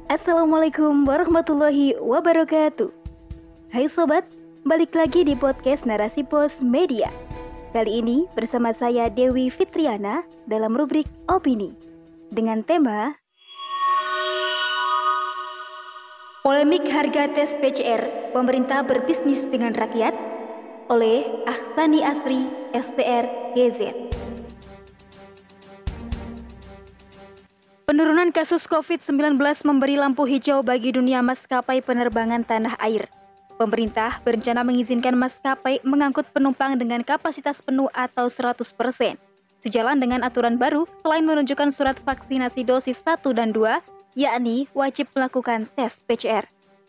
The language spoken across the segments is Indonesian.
Assalamualaikum warahmatullahi wabarakatuh. Hai sobat, balik lagi di podcast Narasi Pos Media. Kali ini bersama saya Dewi Fitriana dalam rubrik Opini dengan tema Polemik harga tes PCR, pemerintah berbisnis dengan rakyat oleh Ahsani Asri, STR, GZ. Penurunan kasus COVID-19 memberi lampu hijau bagi dunia maskapai penerbangan tanah air. Pemerintah berencana mengizinkan maskapai mengangkut penumpang dengan kapasitas penuh atau 100%. Sejalan dengan aturan baru, selain menunjukkan surat vaksinasi dosis 1 dan 2, yakni wajib melakukan tes PCR.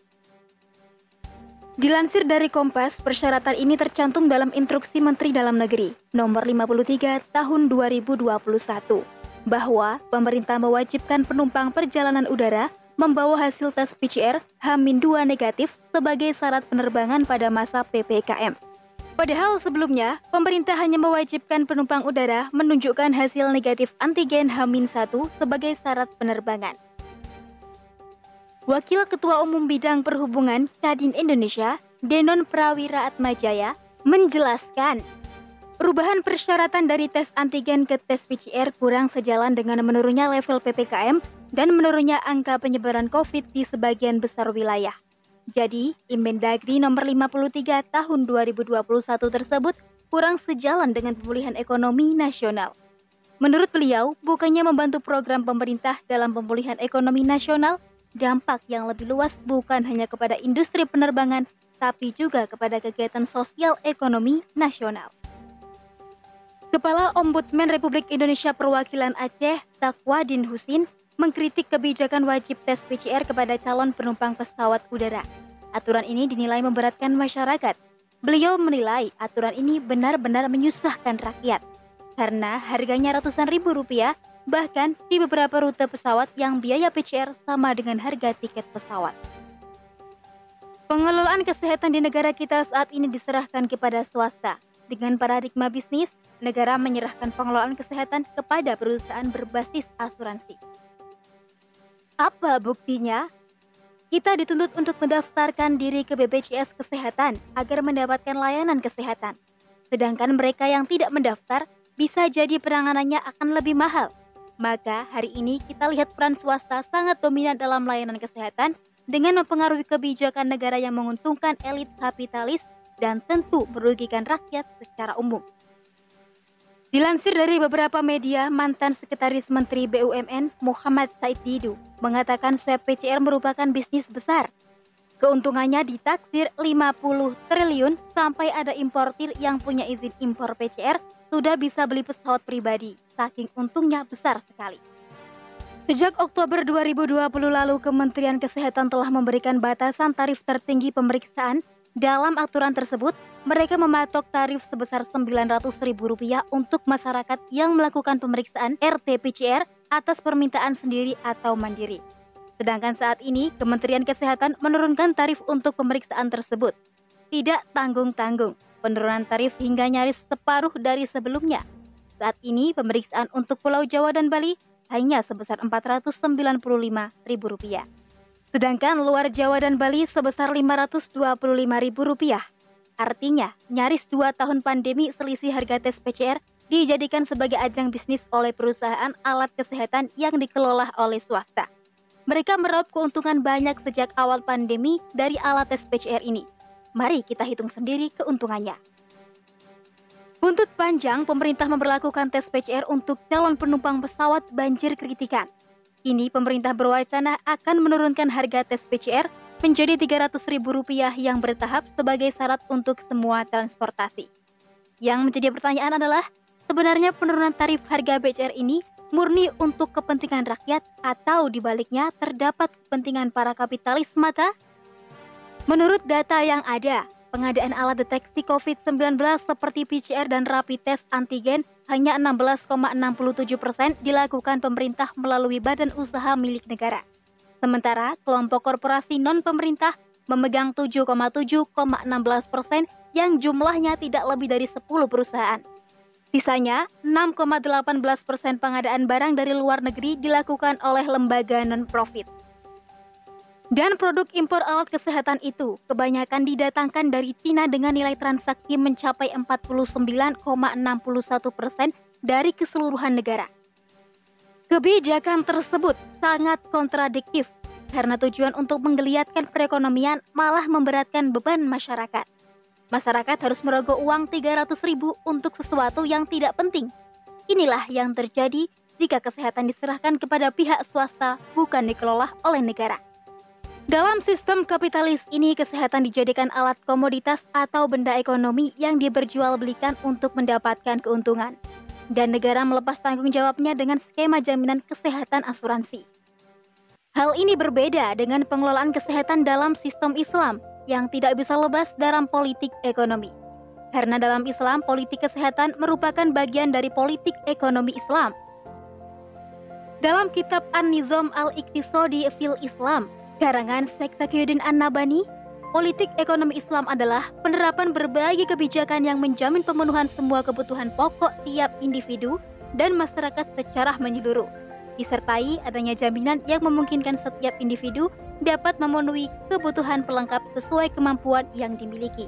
Dilansir dari Kompas, persyaratan ini tercantum dalam Instruksi Menteri Dalam Negeri Nomor 53 Tahun 2021. Bahwa pemerintah mewajibkan penumpang perjalanan udara membawa hasil tes PCR H-2 negatif sebagai syarat penerbangan pada masa PPKM. Padahal sebelumnya, pemerintah hanya mewajibkan penumpang udara menunjukkan hasil negatif antigen H-1 sebagai syarat penerbangan. Wakil Ketua Umum Bidang Perhubungan Kadin Indonesia, Denon Prawira Atmajaya, menjelaskan perubahan persyaratan dari tes antigen ke tes PCR kurang sejalan dengan menurunnya level PPKM dan menurunnya angka penyebaran COVID di sebagian besar wilayah. Jadi, Inmendagri Nomor 53 Tahun 2021 tersebut kurang sejalan dengan pemulihan ekonomi nasional. Menurut beliau, bukannya membantu program pemerintah dalam pemulihan ekonomi nasional, dampak yang lebih luas bukan hanya kepada industri penerbangan, tapi juga kepada kegiatan sosial ekonomi nasional. Kepala Ombudsman Republik Indonesia Perwakilan Aceh, Taqwadin Husin, mengkritik kebijakan wajib tes PCR kepada calon penumpang pesawat udara. Aturan ini dinilai memberatkan masyarakat. Beliau menilai aturan ini benar-benar menyusahkan rakyat, karena harganya ratusan ribu rupiah, bahkan di beberapa rute pesawat yang biaya PCR sama dengan harga tiket pesawat. Pengelolaan kesehatan di negara kita saat ini diserahkan kepada swasta. Dengan paradigma bisnis, negara menyerahkan pengelolaan kesehatan kepada perusahaan berbasis asuransi. Apa buktinya? Kita dituntut untuk mendaftarkan diri ke BPJS Kesehatan agar mendapatkan layanan kesehatan. Sedangkan mereka yang tidak mendaftar, bisa jadi penanganannya akan lebih mahal. Maka hari ini kita lihat peran swasta sangat dominan dalam layanan kesehatan dengan mempengaruhi kebijakan negara yang menguntungkan elit kapitalis dan tentu merugikan rakyat secara umum. Dilansir dari beberapa media, mantan Sekretaris Menteri BUMN Muhammad Said Didu mengatakan swab PCR merupakan bisnis besar. Keuntungannya ditaksir 50 triliun sampai ada importir yang punya izin impor PCR sudah bisa beli pesawat pribadi, saking untungnya besar sekali. Sejak Oktober 2020 lalu, Kementerian Kesehatan telah memberikan batasan tarif tertinggi pemeriksaan. Dalam aturan tersebut, mereka mematok tarif sebesar Rp900.000 untuk masyarakat yang melakukan pemeriksaan RT-PCR atas permintaan sendiri atau mandiri. Sedangkan saat ini, Kementerian Kesehatan menurunkan tarif untuk pemeriksaan tersebut. Tidak tanggung-tanggung, penurunan tarif hingga nyaris separuh dari sebelumnya. Saat ini, pemeriksaan untuk Pulau Jawa dan Bali hanya sebesar Rp495.000. Sedangkan luar Jawa dan Bali sebesar Rp525.000. Artinya, nyaris 2 tahun pandemi selisih harga tes PCR dijadikan sebagai ajang bisnis oleh perusahaan alat kesehatan yang dikelola oleh swasta. Mereka meraup keuntungan banyak sejak awal pandemi dari alat tes PCR ini. Mari kita hitung sendiri keuntungannya. Buntut panjang, pemerintah memperlakukan tes PCR untuk calon penumpang pesawat banjir kritikan. Kini pemerintah berwacana akan menurunkan harga tes PCR menjadi Rp300.000 yang bertahap sebagai syarat untuk semua transportasi. Yang menjadi pertanyaan adalah, sebenarnya penurunan tarif harga PCR ini murni untuk kepentingan rakyat atau dibaliknya terdapat kepentingan para kapitalis semata? Menurut data yang ada, pengadaan alat deteksi COVID-19 seperti PCR dan rapid test antigen hanya 16,67% dilakukan pemerintah melalui badan usaha milik negara. Sementara kelompok korporasi non-pemerintah memegang 7,16% yang jumlahnya tidak lebih dari 10 perusahaan. Sisanya, 6,18% pengadaan barang dari luar negeri dilakukan oleh lembaga non-profit. Dan produk impor alat kesehatan itu kebanyakan didatangkan dari Cina dengan nilai transaksi mencapai 49,61% dari keseluruhan negara. Kebijakan tersebut sangat kontradiktif karena tujuan untuk menggeliatkan perekonomian malah memberatkan beban masyarakat. Masyarakat harus merogoh uang 300.000 untuk sesuatu yang tidak penting. Inilah yang terjadi jika kesehatan diserahkan kepada pihak swasta bukan dikelola oleh negara. Dalam sistem kapitalis ini, kesehatan dijadikan alat komoditas atau benda ekonomi yang diperjualbelikan untuk mendapatkan keuntungan. Dan negara melepas tanggung jawabnya dengan skema jaminan kesehatan asuransi. Hal ini berbeda dengan pengelolaan kesehatan dalam sistem Islam yang tidak bisa lepas dalam politik ekonomi. Karena dalam Islam, politik kesehatan merupakan bagian dari politik ekonomi Islam. Dalam kitab An-Nizam al-Iqtisadi fil Islam, karangan Syekh Taqiyuddin An-Nabhani, politik ekonomi Islam adalah penerapan berbagai kebijakan yang menjamin pemenuhan semua kebutuhan pokok tiap individu dan masyarakat secara menyeluruh, disertai adanya jaminan yang memungkinkan setiap individu dapat memenuhi kebutuhan pelengkap sesuai kemampuan yang dimiliki.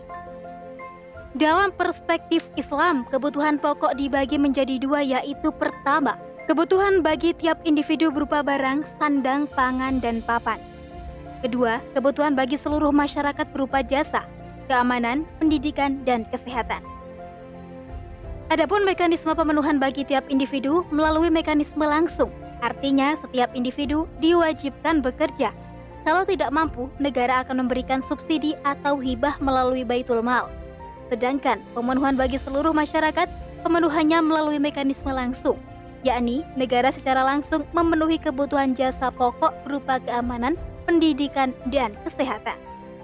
Dalam perspektif Islam, kebutuhan pokok dibagi menjadi dua, yaitu pertama, kebutuhan bagi tiap individu berupa barang, sandang, pangan, dan papan. Kedua, kebutuhan bagi seluruh masyarakat berupa jasa, keamanan, pendidikan, dan kesehatan. Adapun mekanisme pemenuhan bagi tiap individu melalui mekanisme langsung, artinya setiap individu diwajibkan bekerja. Kalau tidak mampu, negara akan memberikan subsidi atau hibah melalui Baitul Mal. Sedangkan pemenuhan bagi seluruh masyarakat, pemenuhannya melalui mekanisme langsung, yakni negara secara langsung memenuhi kebutuhan jasa pokok berupa keamanan, pendidikan, dan kesehatan.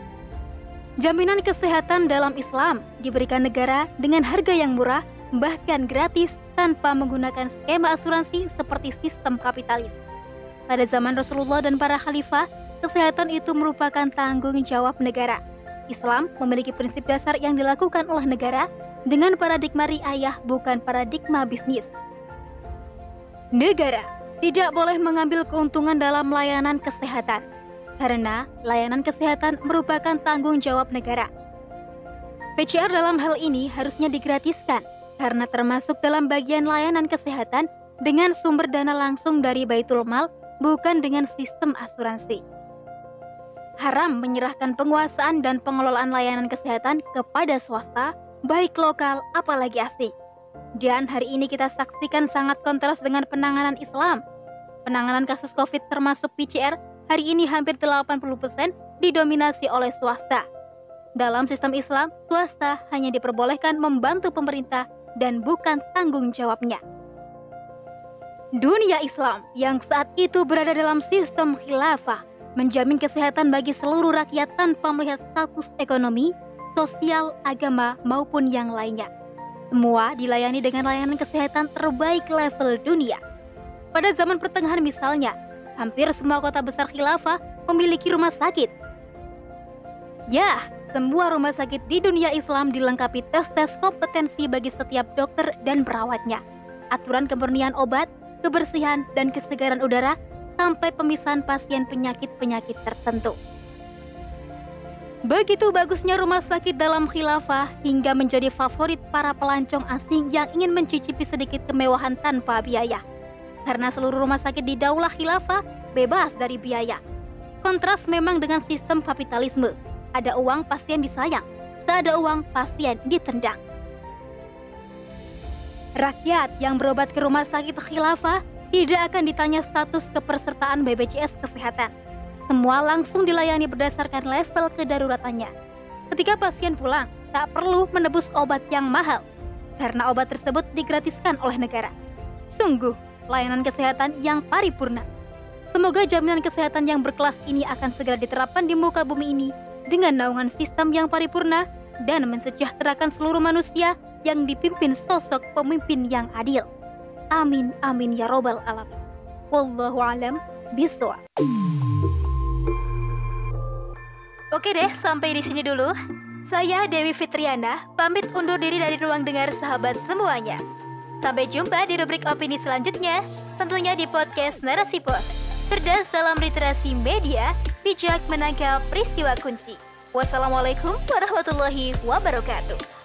Jaminan kesehatan dalam Islam diberikan negara dengan harga yang murah, bahkan gratis tanpa menggunakan skema asuransi seperti sistem kapitalis. Pada zaman Rasulullah dan para khalifah, kesehatan itu merupakan tanggung jawab negara. Islam memiliki prinsip dasar yang dilakukan oleh negara dengan paradigma riayah, bukan paradigma bisnis. Negara tidak boleh mengambil keuntungan dalam layanan kesehatan, karena layanan kesehatan merupakan tanggung jawab negara. PCR dalam hal ini harusnya digratiskan, karena termasuk dalam bagian layanan kesehatan dengan sumber dana langsung dari Baitul Mal, bukan dengan sistem asuransi. Haram menyerahkan penguasaan dan pengelolaan layanan kesehatan kepada swasta, baik lokal apalagi asing. Dan hari ini kita saksikan sangat kontras dengan penanganan Islam. Penanganan kasus COVID termasuk PCR hari ini hampir 80% didominasi oleh swasta. Dalam sistem Islam, swasta hanya diperbolehkan membantu pemerintah dan bukan tanggung jawabnya. Dunia Islam yang saat itu berada dalam sistem khilafah menjamin kesehatan bagi seluruh rakyat tanpa melihat status ekonomi, sosial, agama, maupun yang lainnya. Semua dilayani dengan layanan kesehatan terbaik level dunia. Pada zaman pertengahan misalnya, hampir semua kota besar khilafah memiliki rumah sakit. Ya, semua rumah sakit di dunia Islam dilengkapi tes-tes kompetensi bagi setiap dokter dan perawatnya, aturan kemurnian obat, kebersihan dan kesegaran udara, sampai pemisahan pasien penyakit-penyakit tertentu. Begitu bagusnya rumah sakit dalam khilafah hingga menjadi favorit para pelancong asing yang ingin mencicipi sedikit kemewahan tanpa biaya. Karena seluruh rumah sakit di daulah khilafah bebas dari biaya. Kontras memang dengan sistem kapitalisme. Ada uang pasien disayang, tak ada uang pasien ditendang. Rakyat yang berobat ke rumah sakit khilafah tidak akan ditanya status kepesertaan BPJS Kesehatan. Semua langsung dilayani berdasarkan level kedaruratannya. Ketika pasien pulang, tak perlu menebus obat yang mahal, karena obat tersebut digratiskan oleh negara. Sungguh, layanan kesehatan yang paripurna. Semoga jaminan kesehatan yang berkelas ini akan segera diterapkan di muka bumi ini dengan naungan sistem yang paripurna dan mensejahterakan seluruh manusia yang dipimpin sosok pemimpin yang adil. Amin, amin ya robbal alamin. Wallahu alam bishawab. Oke deh, sampai di sini dulu. Saya Dewi Fitriana, pamit undur diri dari ruang dengar sahabat semuanya. Sampai jumpa di rubrik opini selanjutnya, tentunya di podcast Narasi Pos. Cerdas dalam literasi media, bijak menangkap peristiwa kunci. Wassalamualaikum warahmatullahi wabarakatuh.